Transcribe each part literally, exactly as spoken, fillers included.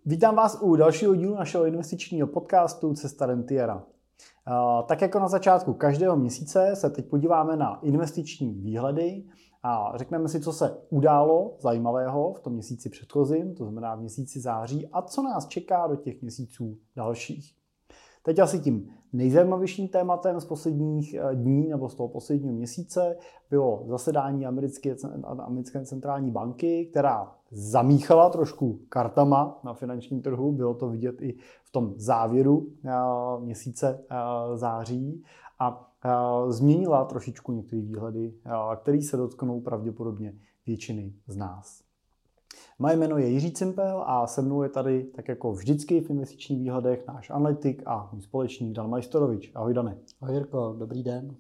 Vítám vás u dalšího dílu našeho investičního podcastu Cesta rentiera. Tak jako na začátku každého měsíce se teď podíváme na investiční výhledy a řekneme si, co se událo zajímavého v tom měsíci předchozím, to znamená v měsíci září, a co nás čeká do těch měsíců dalších. Teď asi tím nejzajímavějším tématem z posledních dní nebo z toho posledního měsíce bylo zasedání americké, americké centrální banky, která zamíchala trošku kartama na finančním trhu. Bylo to vidět i v tom závěru měsíce září a změnila trošičku některé výhledy, které se dotknou pravděpodobně většiny z nás. Moje jméno je Jiří Cimpel a se mnou je tady, tak jako vždycky v investičních výhledech, náš analytik a můj společník Dan Majstorovič. Ahoj, Dane. Ahoj, Jirko, dobrý den.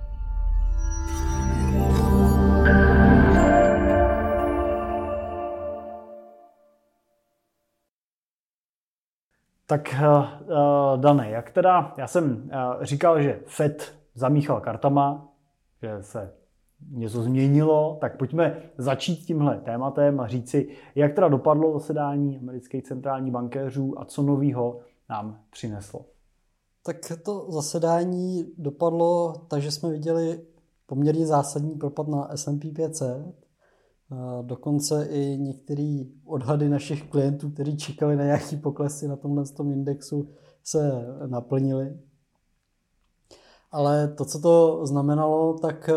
Tak uh, Dane, jak teda, já jsem uh, říkal, že Fed zamíchal kartama, že se něco změnilo, tak pojďme začít tímhle tématem a říct si, jak teda dopadlo zasedání amerických centrálních bankéřů a co novýho nám přineslo. Tak to zasedání dopadlo tak, že jsme viděli poměrně zásadní propad na S and P pět set. Dokonce i některé odhady našich klientů, kteří čekali na nějaký poklesy na tomhle tom indexu, se naplnily. Ale to, co to znamenalo, tak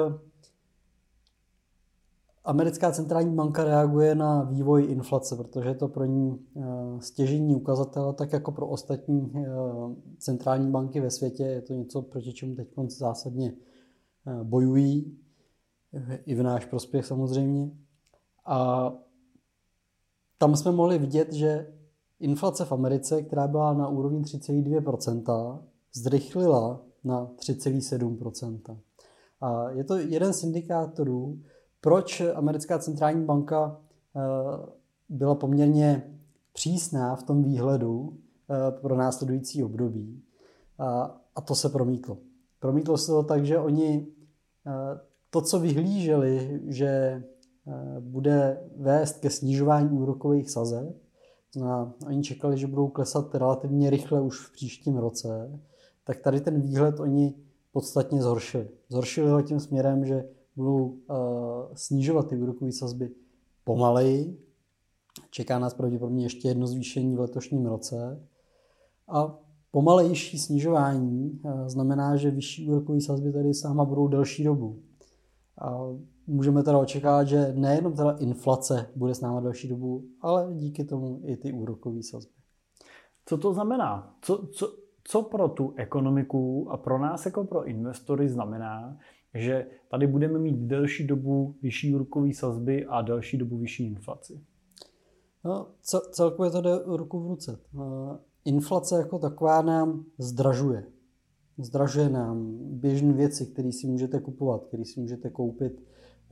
americká centrální banka reaguje na vývoj inflace, protože je to pro ní stěžejní ukazatel, tak jako pro ostatní centrální banky ve světě. Je to něco, proti čemu teď zásadně bojují, i v náš prospěch samozřejmě. A tam jsme mohli vidět, že inflace v Americe, která byla na úrovni tři celá dvě procenta, zrychlila na tři celá sedm procenta. A je to jeden z indikátorů, proč americká centrální banka byla poměrně přísná v tom výhledu pro následující období. A to se promítlo. Promítlo se to tak, že oni to, co vyhlíželi, že bude vést ke snižování úrokových sazeb, a oni čekali, že budou klesat relativně rychle už v příštím roce, tak tady ten výhled oni podstatně zhoršili. Zhoršili ho tím směrem, že budou uh, snižovat ty úrokové sazby pomaleji. Čeká nás pravděpodobně ještě jedno zvýšení v letošním roce. A pomalejší snižování uh, znamená, že vyšší úrokové sazby tady sama budou delší dobu. A můžeme teda očekávat, že nejenom teda inflace bude s náma delší dobu, ale díky tomu i ty úrokové sazby. Co to znamená? Co, co, co pro tu ekonomiku a pro nás jako pro investory znamená, že tady budeme mít delší dobu vyšší úrokové sazby a delší dobu vyšší inflaci? No, celkově to jde ruku v ruce. Inflace jako taková nám zdražuje. Zdražuje nám běžné věci, které si můžete kupovat, které si můžete koupit.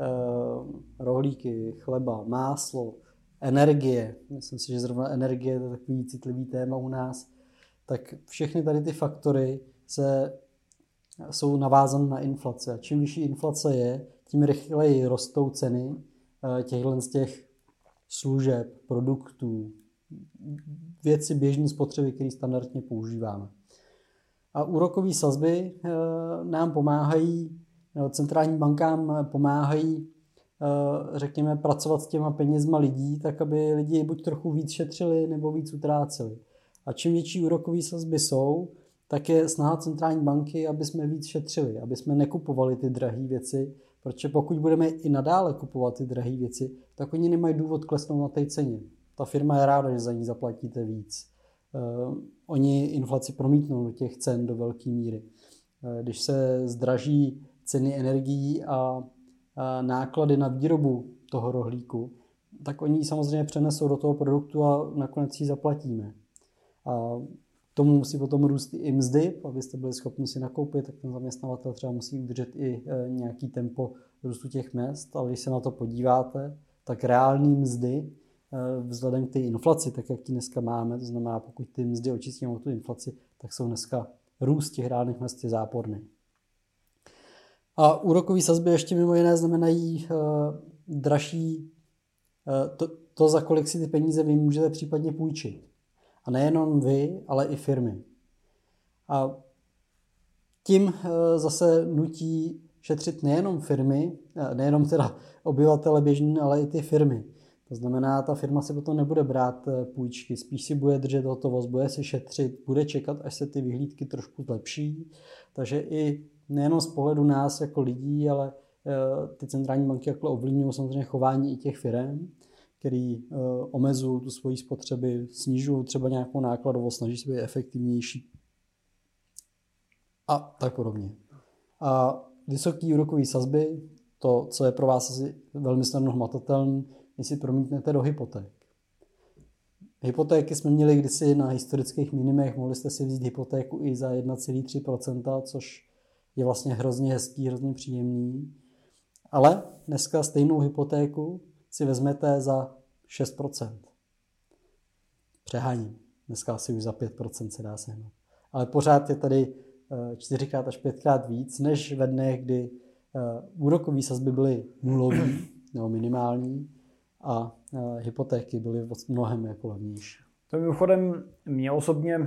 Rohlíky, chleba, máslo, energie. Myslím si, že zrovna energie je takový citlivý téma u nás. Tak všechny tady ty faktory se jsou navázané na inflaci. A čím vyšší inflace je, tím rychleji rostou ceny těchto z těch služeb, produktů, věci běžné spotřeby, které standardně používáme. A úrokové sazby nám pomáhají, centrální bankám pomáhají, řekněme, pracovat s těma penězma lidí, tak aby lidi buď trochu víc šetřili, nebo víc utráceli. A čím větší úrokové sazby jsou, tak je snaha centrální banky, aby jsme víc šetřili, aby jsme nekupovali ty drahé věci, protože pokud budeme i nadále kupovat ty drahé věci, tak oni nemají důvod klesnout na té ceně. Ta firma je ráda, že za ní zaplatíte víc. Uh, oni inflaci promítnou do těch cen do velké míry. Uh, když se zdraží ceny energií a, a náklady na výrobu toho rohlíku, tak oni ji samozřejmě přenesou do toho produktu a nakonec ji zaplatíme. A tomu musí potom růst i mzdy, abyste byli schopni si nakoupit, tak ten zaměstnavatel třeba musí udržet i nějaký tempo růstu těch mezd, ale když se na to podíváte, tak reální mzdy vzhledem k té inflaci, tak jak ji dneska máme, to znamená, pokud ty mzdy očistíme o tu inflaci, tak jsou dneska růst těch reálných mezd je záporný. A úrokové sazby ještě mimo jiné znamenají uh, dražší uh, to, to, za kolik si ty peníze vy můžete případně půjčit. A nejenom vy, ale i firmy. A tím zase nutí šetřit nejenom firmy, nejenom teda obyvatele běžní, ale i ty firmy. To znamená, ta firma si potom nebude brát půjčky, spíš si bude držet hotovost, bude si šetřit, bude čekat, až se ty vyhlídky trošku zlepší. Takže i nejenom z pohledu nás jako lidí, ale ty centrální banky jako ovlivňují samozřejmě chování i těch firm, který omezují tu svoji spotřeby, snižují třeba nějakou nákladovost, snaží se být efektivnější a tak podobně. A vysoké úrokové sazby, to, co je pro vás asi velmi snadno hmatatelné, jestli promítnete do hypoték. Hypotéky jsme měli kdysi na historických minimech, mohli jste si vzít hypotéku i za jedna celá tři procenta, což je vlastně hrozně hezký, hrozně příjemný. Ale dneska stejnou hypotéku si vezmete za šest procent. Přeháním. Dneska asi už za pět procent se dá sehnat. Ale pořád je tady čtyřikrát až pětkrát víc, než ve dnech, kdy úrokové sazby byly nulový nebo minimální a hypotéky byly mnohem jako levnější. To mimochodem mě osobně uh,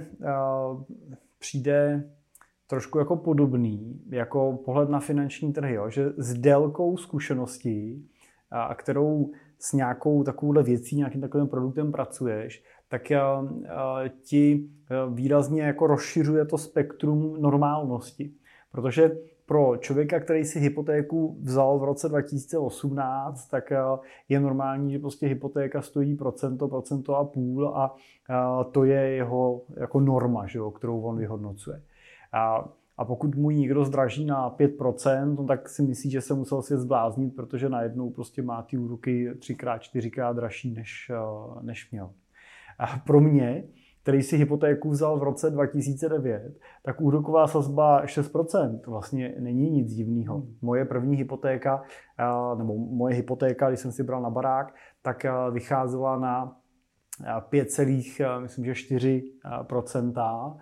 přijde trošku jako podobný, jako pohled na finanční trhy, jo? Že s délkou zkušeností, a kterou s nějakou takovouhle věcí, nějakým takovým produktem pracuješ, tak uh, uh, ti uh, výrazně jako rozšiřuje to spektrum normálnosti. Protože pro člověka, který si hypotéku vzal v roce dva tisíce osmnáct, tak je normální, že prostě hypotéka stojí procento, procento a půl a to je jeho jako norma, že jo, kterou on vyhodnocuje. A, a pokud mu někdo zdraží na pět procent, no tak si myslí, že se musel svět zbláznit, protože najednou prostě má ty úroky třikrát, čtyřikrát dražší, než, než měl. A pro mě, který si hypotéku vzal v roce dva tisíce devět, tak úroková sazba šest procent vlastně není nic divného. Moje první hypotéka, nebo moje hypotéka, když jsem si bral na barák, tak vycházela na pět celá čtyři procenta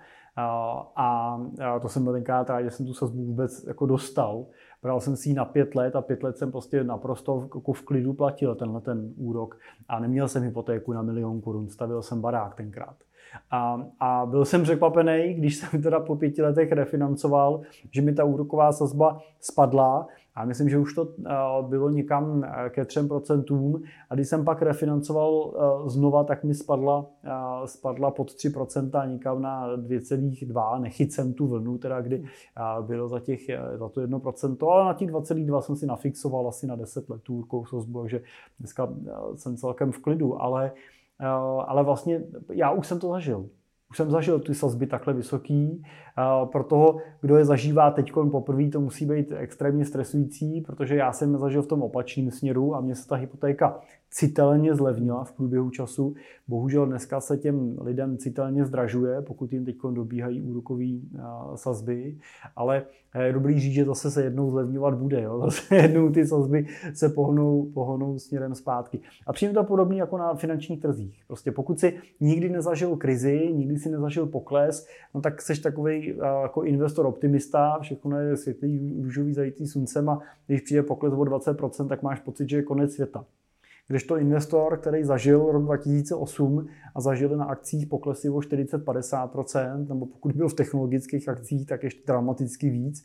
a to jsem byl tenkrát rád, že jsem tu sazbu vůbec jako dostal. Bral jsem si ji na pět let a pět let jsem prostě naprosto jako v klidu platil tenhle ten úrok a neměl jsem hypotéku na milion korun, stavil jsem barák tenkrát. A, a byl jsem překvapený, když jsem teda po pěti letech refinancoval, že mi ta úroková sazba spadla a myslím, že už to bylo někam ke třem procentům a když jsem pak refinancoval znova, tak mi spadla, spadla pod tři procenta někam na dvě celá dva, nechyt jsem tu vlnu, teda kdy bylo za, těch, za to jedno procento, ale na těch dva celá dva jsem si nafixoval asi na deset let tu úrokovou sazbu, takže dneska jsem celkem v klidu, ale ale vlastně já už jsem to zažil. Už jsem zažil ty sazby takhle vysoký. Pro toho, kdo je zažívá teď poprvé, to musí být extrémně stresující, protože já jsem je zažil v tom opačném směru a mně se ta hypotéka citelně zlevnila v průběhu času. Bohužel dneska se těm lidem citelně zdražuje, pokud jim teď dobíhají úrokové sazby, ale je dobrý říct, že zase se jednou zlevňovat bude. Jo? Zase jednou ty sazby se pohnou, pohnou směrem zpátky. A přijde to podobně jako na finančních trzích. Prostě pokud si nikdy nezažil krizi, nikdy si nezažil pokles, no tak seš takovej jako investor optimista, všechno je světlý, růžový, zalitý sluncem a když přijde pokles o dvacet procent, tak máš pocit, že je konec světa. Když to investor, který zažil rok dva tisíce osm a zažil na akcích poklesy o čtyřicet až padesát procent, nebo pokud byl v technologických akcích, tak ještě dramaticky víc,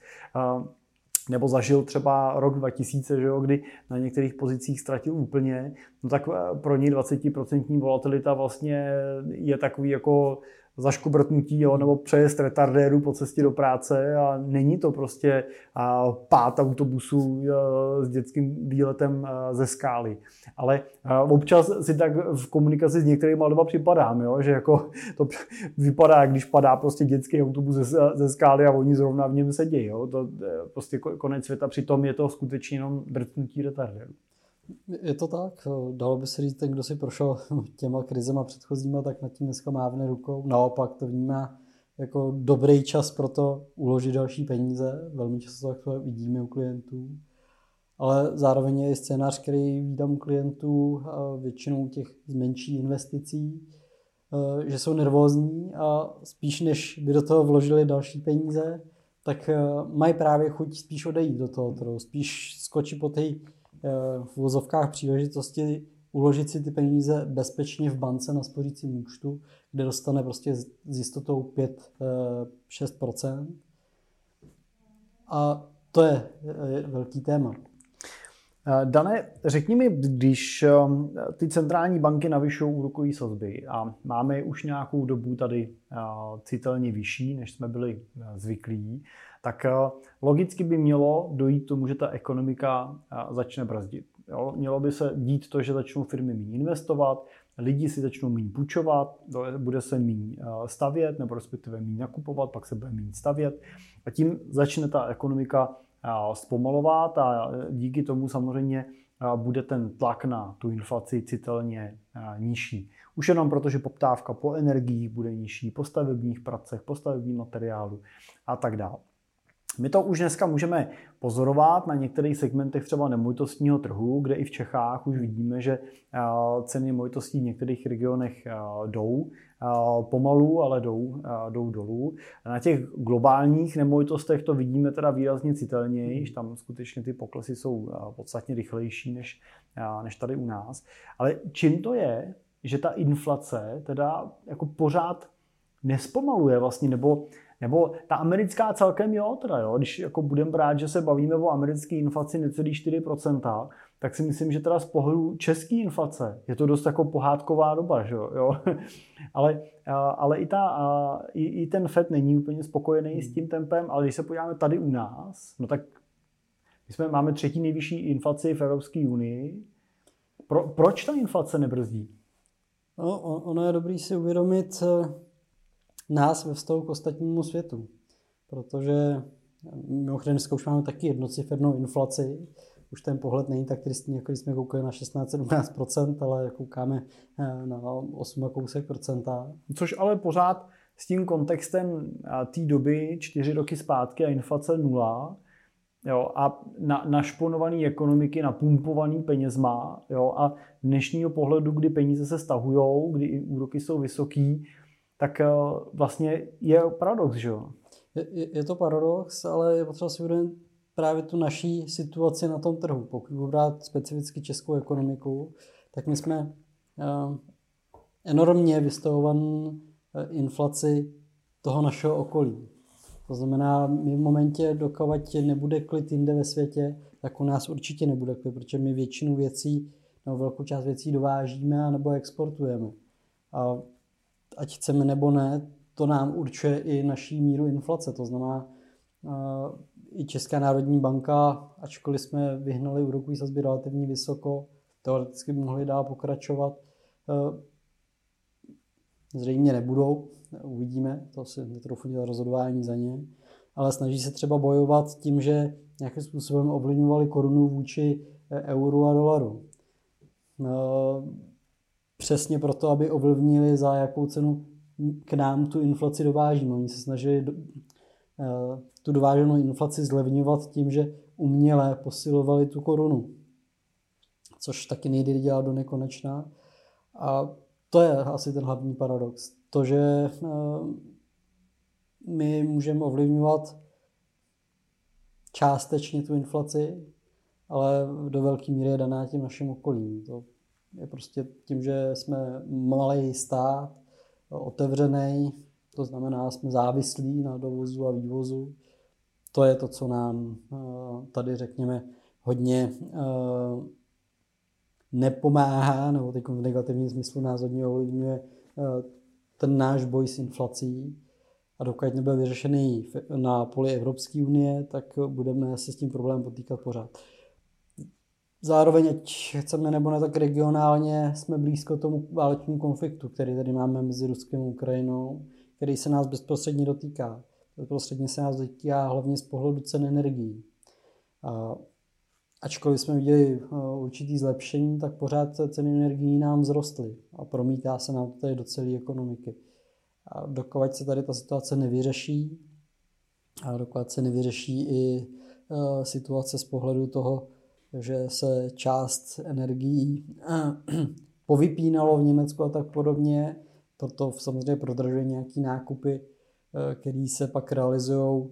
nebo zažil třeba rok dva tisíce, že jo, kdy na některých pozicích ztratil úplně, no tak pro něj dvacet procent volatilita vlastně je takový jako zaškobrtnutí, jo, nebo přejezd retardéru po cestě do práce a není to prostě a, pád autobusu a, s dětským výletem a, ze skály. Ale a, občas si tak v komunikaci s některými lidmi připadám, jo, že jako to vypadá, když padá prostě dětský autobus ze, ze skály a oni zrovna v něm sedí. Jo. To je prostě konec světa, přitom je to skutečně jenom drtnutí retardéru. Je to tak, dalo by se říct, ten, kdo si prošel těma krizema předchozíma, tak nad tím dneska mávne rukou. Naopak to vnímá jako dobrý čas pro to uložit další peníze. Velmi často to vidíme u klientů. Ale zároveň je i scénář, který vídám u klientů většinou těch z menší investicí, že jsou nervózní a spíš než by do toho vložili další peníze, tak mají právě chuť spíš odejít do toho trhu, spíš skočit po té v uvozovkách příležitosti uložit si ty peníze bezpečně v bance na spořícím účtu, kde dostane prostě s jistotou pět až šest procent. A to je velký téma. Dane, řekni mi, když ty centrální banky navyšují úrokové sazby a máme už nějakou dobu tady citelně vyšší, než jsme byli zvyklí, tak logicky by mělo dojít k tomu, že ta ekonomika začne brzdit. Jo? Mělo by se dít to, že začnou firmy méně investovat, lidi si začnou méně půjčovat, bude se méně stavět, nebo respektive méně nakupovat, pak se bude méně stavět a tím začne ta ekonomika zpomalovat a díky tomu samozřejmě bude ten tlak na tu inflaci citelně nižší. Už jenom proto, že poptávka po energiích bude nižší, po stavebních pracech, po stavebním materiálu a tak dále. My to už dneska můžeme pozorovat na některých segmentech třeba nemovitostního trhu, kde i v Čechách už vidíme, že ceny nemovitostí v některých regionech jdou pomalu, ale jdou, jdou dolů. Na těch globálních nemovitostech to vidíme teda výrazně citelněji, tam skutečně ty poklesy jsou podstatně rychlejší než, než tady u nás. Ale čím to je, že ta inflace teda jako pořád nespomaluje vlastně, nebo Nebo ta americká celkem jo, teda jo, když jako budeme brát, že se bavíme o americké inflaci necelý čtyři procenta, tak si myslím, že teda z pohledu české inflace je to dost jako pohádková doba, že jo. ale, ale i, ta, i, i ten Fed není úplně spokojený s tím tempem, ale když se podíváme tady u nás, no tak my jsme, máme třetí nejvyšší inflaci v Evropské unii. Pro, proč ta inflace nebrzdí? No, ono je dobrý si uvědomit nás ve vztahu k ostatnímu světu, protože mimochodem dneska už máme taky jednocifernou inflaci, už ten pohled není tak tristní, jako když jsme koukali na šestnáct až sedmnáct procent, ale koukáme na osm a kousek procenta. Což ale pořád s tím kontextem té doby, čtyři roky zpátky a inflace nula, jo, a na, našponovaný ekonomiky, napumpovaný penězma, jo, a dnešního pohledu, kdy peníze se stahujou, kdy i úroky jsou vysoký, tak vlastně je paradox, že jo? Je, je to paradox, ale je potřeba si uvědomit právě tu naší situaci na tom trhu. Pokud budu brát specificky českou ekonomiku, tak my jsme uh, enormně vystavovaní inflaci toho našeho okolí. To znamená, my v momentě, dokud nebude klid jinde ve světě, tak u nás určitě nebude klid, protože my většinu věcí, nebo velkou část věcí dovážíme a nebo exportujeme. A ať chceme nebo ne, to nám určuje i naší míru inflace. To znamená, i Česká národní banka, ačkoliv jsme vyhnali úrokové sazby relativně vysoko, teoreticky by mohli dál pokračovat. Zřejmě nebudou, uvidíme, to si netroufnu dělat rozhodování za ně, ale snaží se třeba bojovat tím, že nějakým způsobem ovlivňovali korunu vůči euru a dolaru. Přesně proto, aby ovlivnili, za jakou cenu k nám tu inflaci dovážíme. Oni se snažili do, tu dováženou inflaci zlevňovat tím, že uměle posilovali tu korunu. Což taky nejde dělat do nekonečna. A to je asi ten hlavní paradox. To, že my můžeme ovlivňovat částečně tu inflaci, ale do velké míry je daná tím naším okolím. To je prostě tím, že jsme malý stát, otevřený, to znamená, jsme závislí na dovozu a vývozu. To je to, co nám tady, řekněme, hodně nepomáhá, nebo teď v negativním smyslu nás hodně ovlivňuje ten náš boj s inflací. A dokud nebude vyřešený na poli Evropské unie, tak budeme se s tím problémem potýkat pořád. Zároveň, ať chceme nebo ne, tak regionálně jsme blízko tomu válečnému konfliktu, který tady máme mezi Ruskem a Ukrajinou, který se nás bezprostředně dotýká. Bezprostředně se nás dotýká hlavně z pohledu cen energií. A ačkoliv jsme viděli určitý zlepšení, tak pořád ceny energií nám vzrostly a promítá se nám to tady do celé ekonomiky. A dokud se tady ta situace nevyřeší, a dokud se nevyřeší i situace z pohledu toho, že se část energií povypínalo v Německu a tak podobně, proto samozřejmě prodražuje nějaký nákupy, které se pak realizují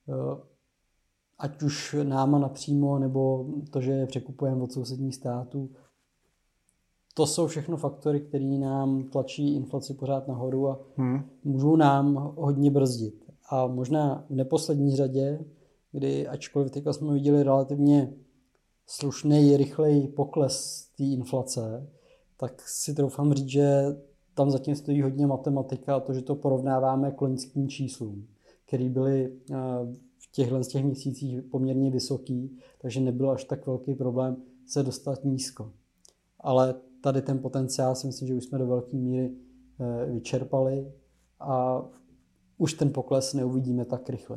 ať už náma napřímo, nebo to, že je překupujeme od sousedních států, to jsou všechno faktory, které nám tlačí inflaci pořád nahoru a hmm. můžou nám hodně brzdit. A možná v neposlední řadě, kdy ačkoliv teďka jsme viděli relativně slušný, rychlej pokles té inflace, tak si troufám říct, že tam zatím stojí hodně matematika a to, že to porovnáváme k loňským číslům, které byly v těchto z těch měsících poměrně vysoký, takže nebyl až tak velký problém se dostat nízko. Ale tady ten potenciál si myslím, že už jsme do velké míry vyčerpali a už ten pokles neuvidíme tak rychle.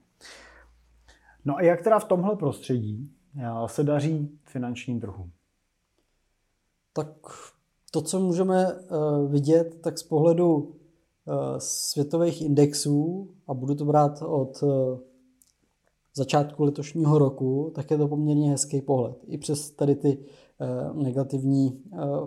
No a jak teda v tomhle prostředí se daří finančním trhům? Tak to, co můžeme vidět, tak z pohledu světových indexů, a budu to brát od začátku letošního roku, tak je to poměrně hezký pohled. I přes tady ty negativní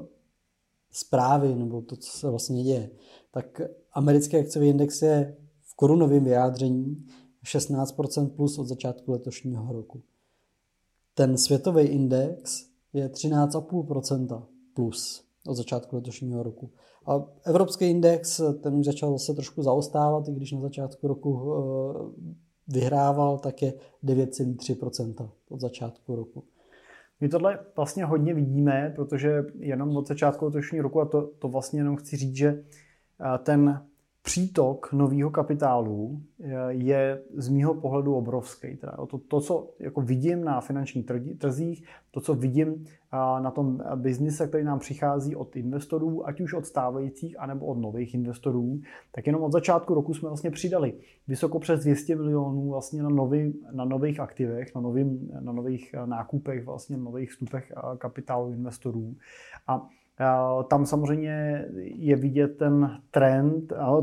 zprávy, nebo to, co se vlastně děje. Tak americký akciový index je v korunovém vyjádření šestnáct procent plus od začátku letošního roku. Ten světový index je třináct celá pět procenta plus od začátku letošního roku. A evropský index, ten už začal zase trošku zaostávat, i když na začátku roku vyhrával, tak je devět celá tři procenta od začátku roku. My tohle vlastně hodně vidíme, protože jenom od začátku letošního roku, a to, to vlastně jenom chci říct, že ten přítok nového kapitálu je z mýho pohledu obrovský. Teda to, to, co jako vidím na finančních trzích, to, co vidím na tom biznise, který nám přichází od investorů, ať už od stávajících, anebo od nových investorů, tak jenom od začátku roku jsme vlastně přidali vysoko přes dvě stě milionů vlastně na, nový, na nových aktivech, na, novým, na nových nákupech, vlastně na nových vstupech kapitálu investorů. A tam samozřejmě je vidět ten trend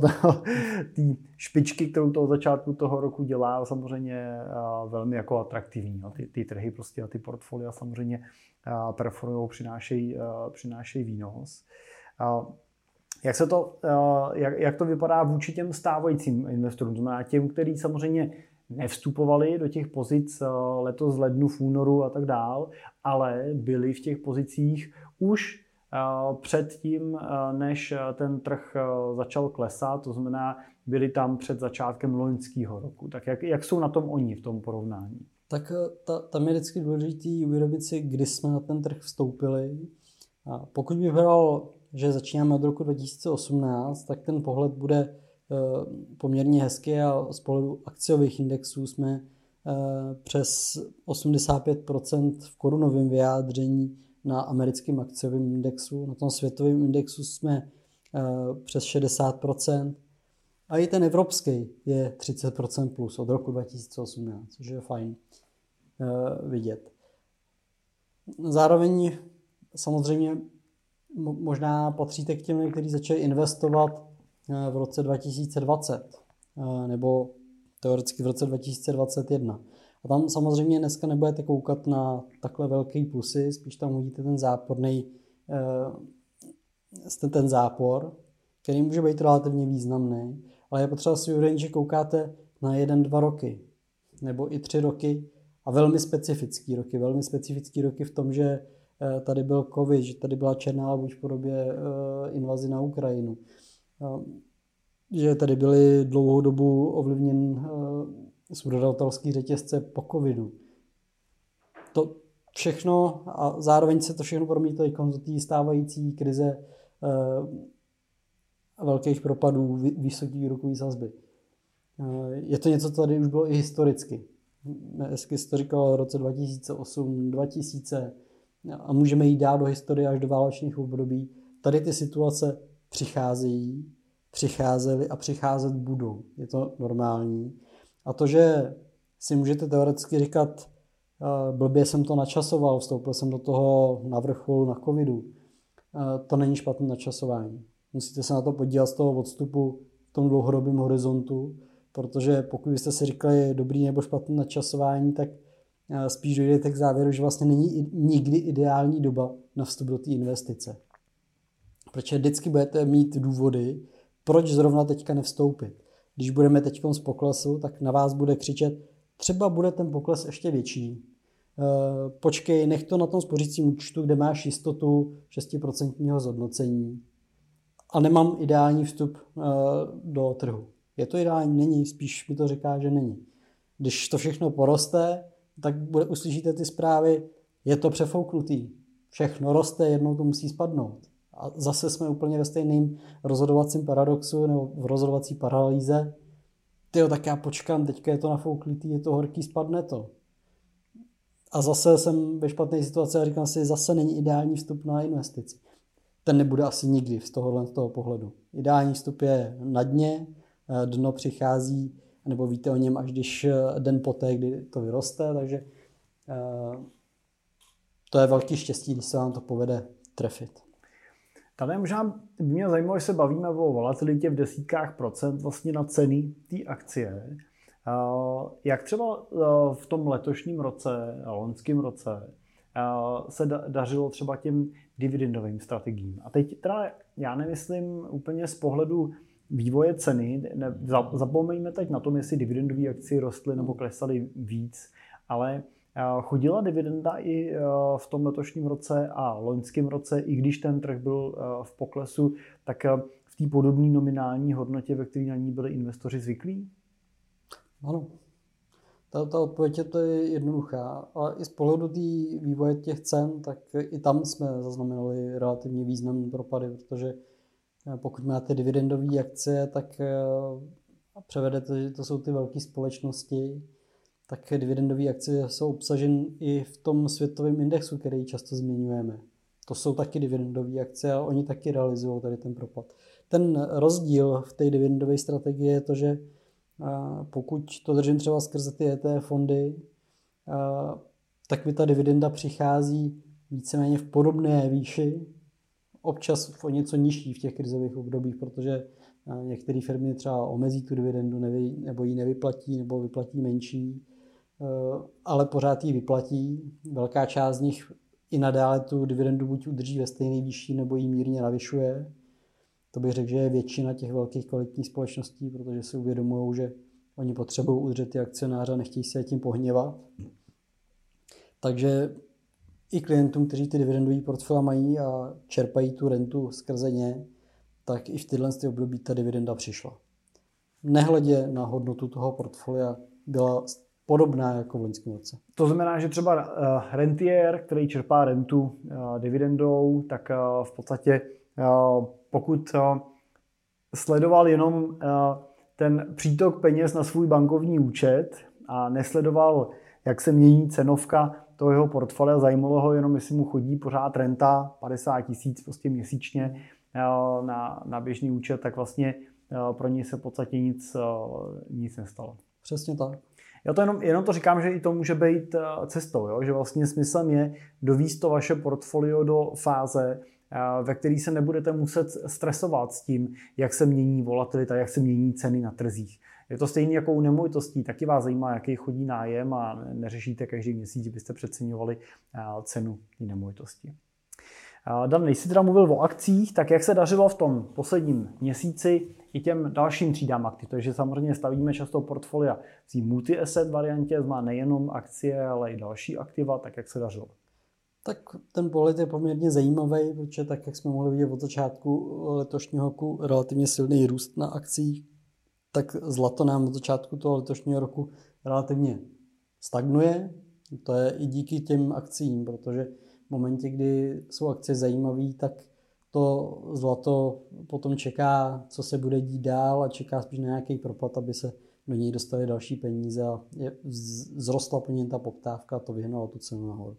té špičky, kterou to od začátku toho roku dělá, samozřejmě velmi jako atraktivní. Ty, ty trhy prostě a ty portfolia samozřejmě performují, přinášejí, přinášejí výnos. Jak, se to, jak, jak to vypadá vůči těm stávajícím investorům, to znamená těm, kteří samozřejmě nevstupovali do těch pozic letos v lednu, v únoru a tak dál, ale byli v těch pozicích už před tím, než ten trh začal klesat, to znamená, byli tam před začátkem loňského roku. Tak jak, jak jsou na tom oni v tom porovnání? Tak ta, tam je vždycky důležitý uvědomit si, kdy jsme na ten trh vstoupili. A pokud bych bral, že začínáme od roku dva tisíce osmnáct, tak ten pohled bude poměrně hezký a z pohledu akciových indexů jsme přes osmdesát pět procent v korunovém vyjádření na americkém akciovém indexu. Na tom světovém indexu jsme přes šedesát procent a i ten evropský je třicet procent plus od roku dva tisíce osmnáct, což je fajn vidět. Zároveň samozřejmě možná patříte k těm, kteří začali investovat v roce dva tisíce dvacet nebo teoreticky v roce dva tisíce dvacet jedna. A tam samozřejmě dneska nebudete koukat na takhle velký plusy, spíš tam uvidíte ten záporný, ten zápor, který může být relativně významný, ale je potřeba si uvědomit, že koukáte na jeden, dva roky, nebo i tři roky a velmi specifický roky. Velmi specifický roky v tom, že tady byl covid, že tady byla černá labuť v podobě invazi na Ukrajinu, že tady byly dlouhou dobu ovlivněn subdodavatelský řetězce po covidu. To všechno a zároveň se to všechno promítlo i do té stávající krize e, velkých propadů, vysoké úrokové sazby. E, je to něco, co tady už bylo i historicky. Dnesky se to říkalo v roce dva tisíce osm, dva tisíce a můžeme jít dát do historie až do válečných období. Tady ty situace přicházejí, přicházely a přicházet budou. Je to normální. A to, že si můžete teoreticky říkat, blbě jsem to načasoval, vstoupil jsem do toho na vrcholu na covidu, to není špatné načasování. Musíte se na to podívat z toho odstupu v tom dlouhodobém horizontu, protože pokud byste si říkali dobrý nebo špatné načasování, tak spíš dojdete k závěru, že vlastně není nikdy ideální doba na vstup do té investice. Protože vždycky budete mít důvody, proč zrovna teďka nevstoupit. Když budeme teď z poklesu, tak na vás bude křičet, třeba bude ten pokles ještě větší, počkej, nech to na tom spořícím účtu, kde máš jistotu šest procent zhodnocení a nemám ideální vstup do trhu. Je to ideální? Není, spíš mi to říká, že není. Když to všechno poroste, tak bude, uslyšíte ty zprávy, je to přefouknutý. Všechno roste, jednou to musí spadnout. A zase jsme úplně ve stejném rozhodovacím paradoxu nebo v rozhodovací paralýze. Tyjo, tak já počkám, teďka je to nafouklitý, je to horký, spadne to. A zase jsem ve špatné situaci a říkám si, zase není ideální vstup na investici. Ten nebude asi nikdy z tohohle z toho pohledu. Ideální vstup je na dně, dno přichází, nebo víte o něm až když den poté, kdy to vyroste, takže to je velký štěstí, když se vám to povede trefit. Tady možná by mě zajímalo, že se bavíme o volatilitě v desítkách procent vlastně na ceny té akcie. Jak třeba v tom letošním roce, loňském roce, se dařilo třeba těm dividendovým strategiím. A teď teda já nemyslím úplně z pohledu vývoje ceny, ne, zapomeňme teď na tom, jestli dividendové akcie rostly nebo klesaly víc, ale chodila dividenda i v tom letošním roce a loňském roce, i když ten trh byl v poklesu, tak v té podobné nominální hodnotě, ve které na ní byli investoři zvyklí? Ano. Ta, ta odpověď je to je jednoduchá. Ale i z pohledu té vývoje těch cen, tak i tam jsme zaznamenali relativně významné propady, protože pokud máte dividendové akcie, tak převedete, že to jsou ty velké společnosti, tak dividendové akcie jsou obsaženy i v tom světovém indexu, který často zmiňujeme. To jsou taky dividendové akcie a oni taky realizují tady ten propad. Ten rozdíl v té dividendové strategii je to, že pokud to držím třeba skrze ty E T F fondy, tak mi ta dividenda přichází víceméně v podobné výši, občas v o něco nižší v těch krizových obdobích, protože některé firmy třeba omezí tu dividendu nebo ji nevyplatí nebo vyplatí menší, ale pořád ji vyplatí. Velká část z nich i nadále tu dividendu buď udrží ve stejné výši nebo ji mírně navyšuje. To bych řekl, že je většina těch velkých kvalitních společností, protože si uvědomují, že oni potřebují udržet ty akcionáře a nechtějí se tím pohněvat. Takže i klientům, kteří ty dividendové portfolia mají a čerpají tu rentu skrze ně, tak i v tyhle období ta dividenda přišla. Nehledě na hodnotu toho portfolia byla podobná jako v loňském roce. To znamená, že třeba rentier, který čerpá rentu dividendou, tak v podstatě pokud sledoval jenom ten přítok peněz na svůj bankovní účet a nesledoval, jak se mění cenovka toho jeho portfolia, zajímalo ho jenom, jestli mu chodí pořád renta padesát tisíc prostě měsíčně na, na běžný účet, tak vlastně pro něj se v podstatě nic, nic nestalo. Přesně tak. Já to jenom, jenom to říkám, že i to může být cestou, jo? Že vlastně smyslem je dovést to vaše portfolio do fáze, ve který se nebudete muset stresovat s tím, jak se mění volatilita, jak se mění ceny na trzích. Je to stejné jako u nemovitostí, taky vás zajímá, jaký chodí nájem a neřešíte každý měsíc, že byste přeceňovali cenu té nemovitosti. Dan, když jsi teda mluvil o akcích, tak jak se dařilo v tom posledním měsíci i těm dalším třídám aktiv? Takže samozřejmě stavíme často portfolia v multi-asset variantě, má nejenom akcie, ale i další aktiva, tak jak se dařilo? Tak ten pohled je poměrně zajímavý, protože tak, jak jsme mohli vidět od začátku letošního roku relativně silný růst na akcích, tak zlato nám od začátku toho letošního roku relativně stagnuje. To je i díky těm akcím, protože v momentě, kdy jsou akcie zajímavé, tak to zlato potom čeká, co se bude dít dál a čeká spíš na nějaký propad, aby se do něj dostaly další peníze a je, vzrostla po něm ta poptávka a to vyhnalo tu cenu nahoru.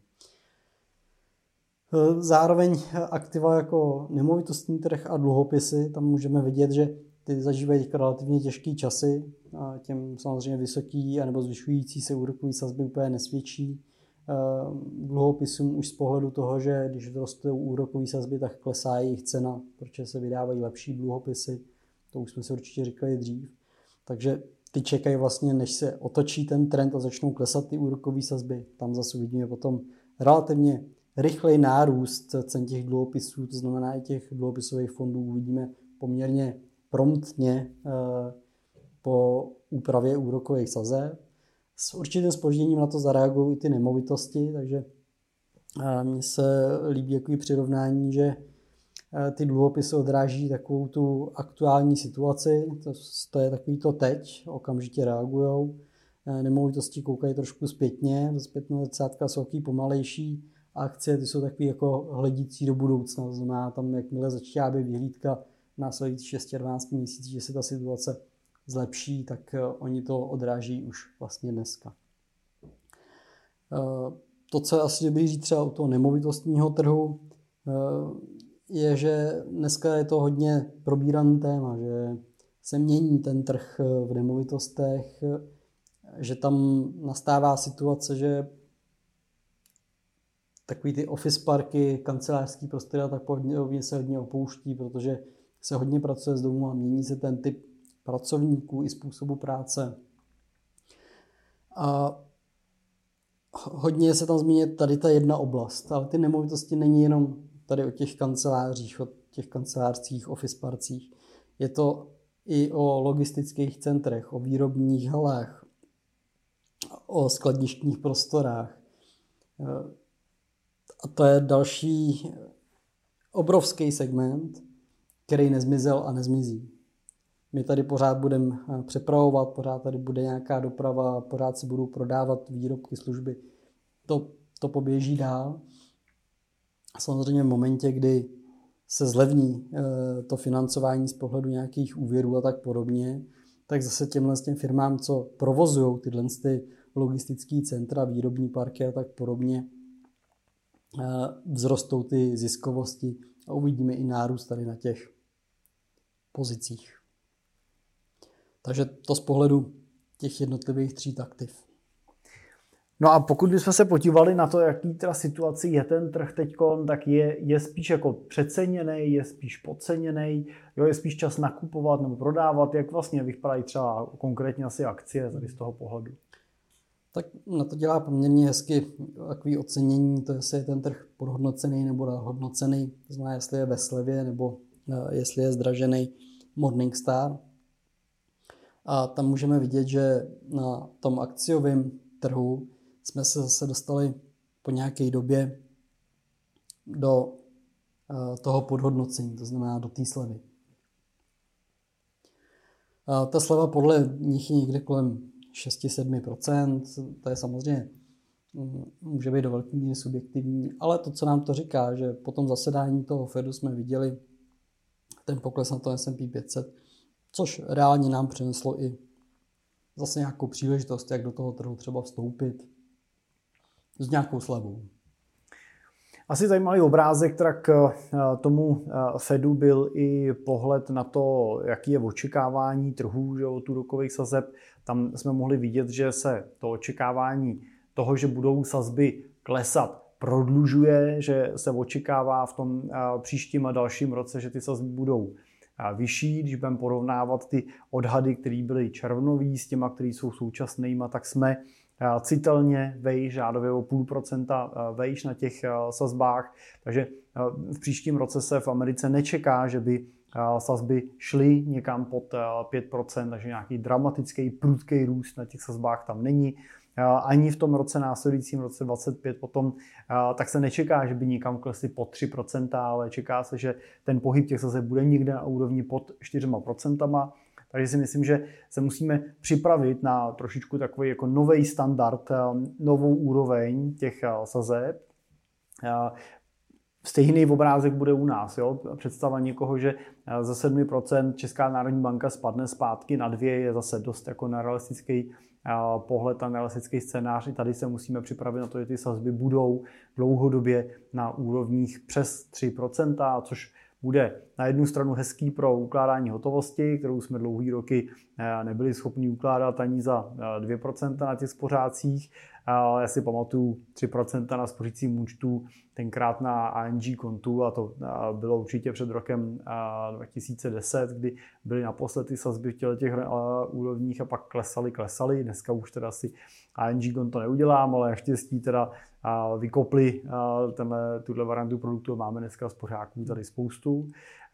Zároveň aktiva jako nemovitostní trh a dluhopisy, tam můžeme vidět, že ty zažívají relativně těžké časy a těm samozřejmě vysoký anebo zvyšující se úrokový sazby úplně nesvědčí. Dluhopisům už z pohledu toho, že když rostou úrokové sazby, tak klesá jejich cena, protože se vydávají lepší dluhopisy. To už jsme si určitě říkali dřív. Takže ty čekají vlastně, než se otočí ten trend a začnou klesat ty úrokové sazby. Tam zase uvidíme potom relativně rychlej nárůst cen těch dluhopisů, to znamená i těch dluhopisových fondů uvidíme poměrně promptně po úpravě úrokových sazeb. s určitým zpožděním na to zareagují i ty nemovitosti, takže mně se líbí takový přirovnání, že ty dluhopisy odráží takovou tu aktuální situaci, to, to je takový to teď, okamžitě reagujou. Nemovitosti koukají trošku zpětně, zpětné zrcátka jsou takový pomalejší, a akcie ty jsou takový jako hledící do budoucna, to znamená tam, jakmile začíná být vyhlídka následující šest až dvanáct měsíců, že se ta situace zlepší, tak oni to odráží už vlastně dneska. To, co je asi dobrý říct třeba u toho nemovitostního trhu, je, že dneska je to hodně probíraný téma, že se mění ten trh v nemovitostech, že tam nastává situace, že takový ty office parky, kancelářský prostory a tak hodně se hodně opouští, protože se hodně pracuje z domu a mění se ten typ pracovníků i způsobu práce. A hodně se tam zmíní tady ta jedna oblast, ale ty nemovitosti není jenom tady o těch kancelářích, o těch kancelářských office parcích. Je to i o logistických centrech, o výrobních halách, o skladništních prostorách. A to je další obrovský segment, který nezmizel a nezmizí. My tady pořád budeme přepravovat, pořád tady bude nějaká doprava, pořád se budou prodávat výrobky, služby. To, to poběží dál. Samozřejmě v momentě, kdy se zlevní to financování z pohledu nějakých úvěrů a tak podobně, tak zase těmhle těm firmám, co provozují tyhle ty logistické centra, výrobní parky a tak podobně, vzrostou ty ziskovosti a uvidíme i nárůst tady na těch pozicích. Takže to z pohledu těch jednotlivých tříd aktiv. No a pokud bychom se podívali na to, jaký teda situaci je ten trh teďkon, tak je, je spíš jako přeceněný, je spíš podceněný, jo, je spíš čas nakupovat nebo prodávat, jak vlastně vypadají třeba konkrétně asi akcie tady z toho pohledu. Tak na to dělá poměrně hezky takový ocenění, to jestli je ten trh podhodnocený nebo nadhodnocený, to znamená, jestli je ve slevě nebo jestli je zdražený Morningstar. A tam můžeme vidět, že na tom akciovém trhu jsme se zase dostali po nějaké době do toho podhodnocení, to znamená do té slevy. A ta sleva podle nich je někde kolem šest až sedm procent, to je samozřejmě, může být do velké míry subjektivní, ale to, co nám to říká, že po tom zasedání toho Fedu jsme viděli ten pokles na to S and P pět set, což reálně nám přineslo i zase nějakou příležitost, jak do toho trhu třeba vstoupit s nějakou slevou. Asi zajímavý obrázek, tak k tomu Fedu byl i pohled na to, jaký je očekávání trhů, že od úrokových sazeb. Tam jsme mohli vidět, že se to očekávání toho, že budou sazby klesat, prodlužuje, že se očekává v tom příštím a dalším roce, že ty sazby budou vyšší. Když budeme porovnávat ty odhady, které byly červnový s těma, které jsou současnýma, tak jsme citelně vejš, řádově o půl procenta vejš na těch sazbách. Takže v příštím roce se v Americe nečeká, že by sazby šly někam pod pět procent, takže nějaký dramatický, prudký růst na těch sazbách tam není. Ani v tom roce následujícím, roce dvacet pět potom, tak se nečeká, že by někam klesly pod tři procenta, ale čeká se, že ten pohyb těch sazeb bude někde na úrovni pod čtyři procenta. Takže si myslím, že se musíme připravit na trošičku takový jako nový standard, novou úroveň těch sazeb. Stejný obrázek bude u nás. Jo? Představa někoho, že za sedm procent Česká národní banka spadne zpátky na dvě, je zase dost jako nerealistický pohled a nerealistický scénář. I tady se musíme připravit na to, že ty sazby budou dlouhodobě na úrovních přes tři procenta, což bude na jednu stranu hezký pro ukládání hotovosti, kterou jsme dlouhý roky nebyli schopni ukládat ani za dvě procenta na těch spořácích. Já si pamatuju tři procenta na spořícím účtu, tenkrát na I N G kontu, a to bylo určitě před rokem dva tisíce deset, kdy byly naposledy ty sazby v těch úrovních a pak klesaly, klesaly. Dneska už teda si I N G konto neudělám, ale naštěstí teda vykopli tenhle, tuhle variantu produktu, máme dneska spořáků tady spoustu.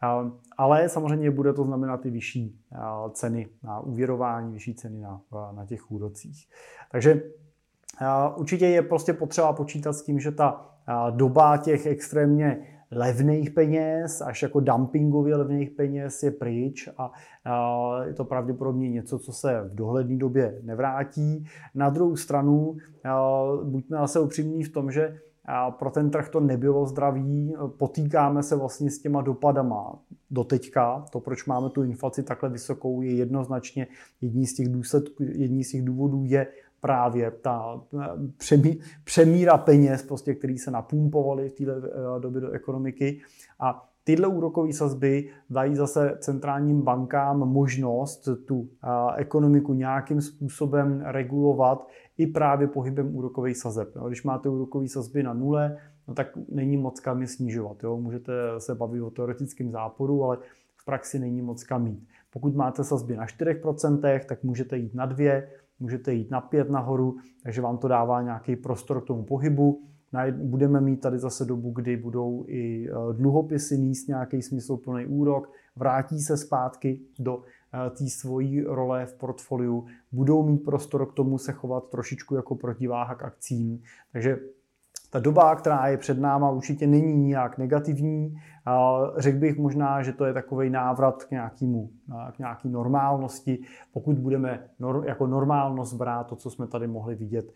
Ale samozřejmě bude to znamenat i vyšší ceny na úvěrování, vyšší ceny na, na těch úrocích. Takže určitě je prostě potřeba počítat s tím, že ta doba těch extrémně levných peněz, až jako dumpingově levných peněz je pryč a je to pravděpodobně něco, co se v dohledné době nevrátí. Na druhou stranu buďme zase upřímní v tom, že pro ten trh to nebylo zdravý, potýkáme se vlastně s těma dopadama doteďka. To, proč máme tu inflaci takhle vysokou, je jednoznačně jedním z těch důsledků, jedním z těch důvodů je právě ta přemí, přemíra peněz, prostě, který se napumpovaly v této době do ekonomiky. A tyhle úrokové sazby dají zase centrálním bankám možnost tu ekonomiku nějakým způsobem regulovat i právě pohybem úrokových sazeb. Když máte úrokové sazby na nule, no tak není moc kam je snižovat. Jo? Můžete se bavit o teoretickém záporu, ale v praxi není moc kam jít. Pokud máte sazby na čtyři procenta, tak můžete jít na dvě, můžete jít na pět nahoru, takže vám to dává nějaký prostor k tomu pohybu. Budeme mít tady zase dobu, kdy budou i dluhopisy níst nějaký smysluplný úrok, vrátí se zpátky do té svojí role v portfoliu, budou mít prostor k tomu se chovat trošičku jako protiváha k akcím. Takže ta doba, která je před náma, určitě není nijak negativní. Řekl bych možná, že to je takovej návrat k, nějakému, k nějaký normálnosti. Pokud budeme jako normálnost brát to, co jsme tady mohli vidět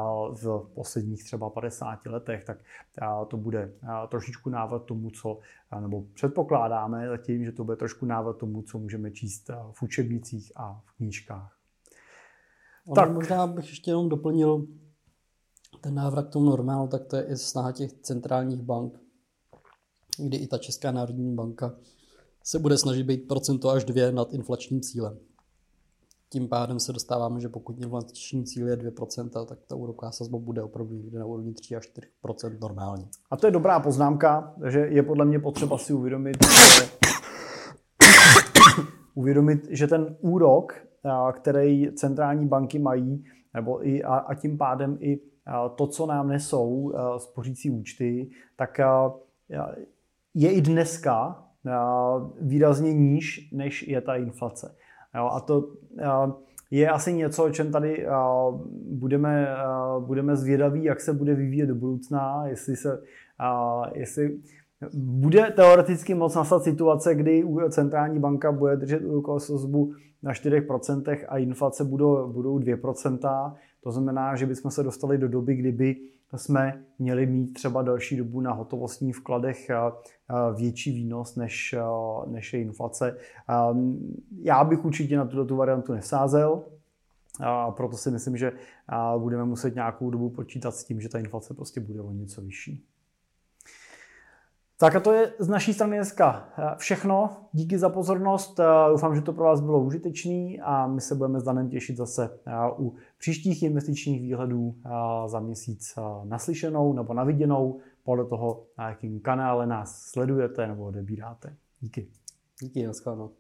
v posledních třeba padesáti letech, tak to bude trošičku návrat tomu, co, nebo předpokládáme zatím, že to bude trošku návrat tomu, co můžeme číst v učebnicích a v knížkách. Tak možná bych ještě jenom doplnil ten návrat k tomu normálu, tak to je i snaha těch centrálních bank, kdy i ta Česká národní banka se bude snažit být procento až dvě nad inflačním cílem. Tím pádem se dostáváme, že pokud inflační cíl je dvě procenta, tak ta úroková sazba bude opravdu někde na úrovni tři až čtyři procenta normálně. A to je dobrá poznámka, že je podle mě potřeba si uvědomit, že, uvědomit, že ten úrok, který centrální banky mají, nebo i, a, a tím pádem i to, co nám nesou spořící účty, tak je i dneska výrazně níž, než je ta inflace. A to je asi něco, o čem tady budeme, budeme zvědaví, jak se bude vyvíjet do budoucna, jestli se, jestli bude teoreticky moc nastat situace, kdy centrální banka bude držet úrokovou sazbu na čtyři procenta a inflace budou, budou dvě procenta. To znamená, že bychom se dostali do doby, kdyby jsme měli mít třeba další dobu na hotovostních vkladech větší výnos než, než je inflace. Já bych určitě na tuto variantu nesázel, a proto si myslím, že budeme muset nějakou dobu počítat s tím, že ta inflace prostě bude o něco vyšší. Tak a to je z naší strany dneska všechno. Díky za pozornost. Doufám, že to pro vás bylo užitečný a my se budeme s Danem těšit zase u příštích investičních výhledů za měsíc naslyšenou nebo naviděnou podle toho, na jakém kanále nás sledujete nebo odebíráte. Díky. Díky, nashledanou.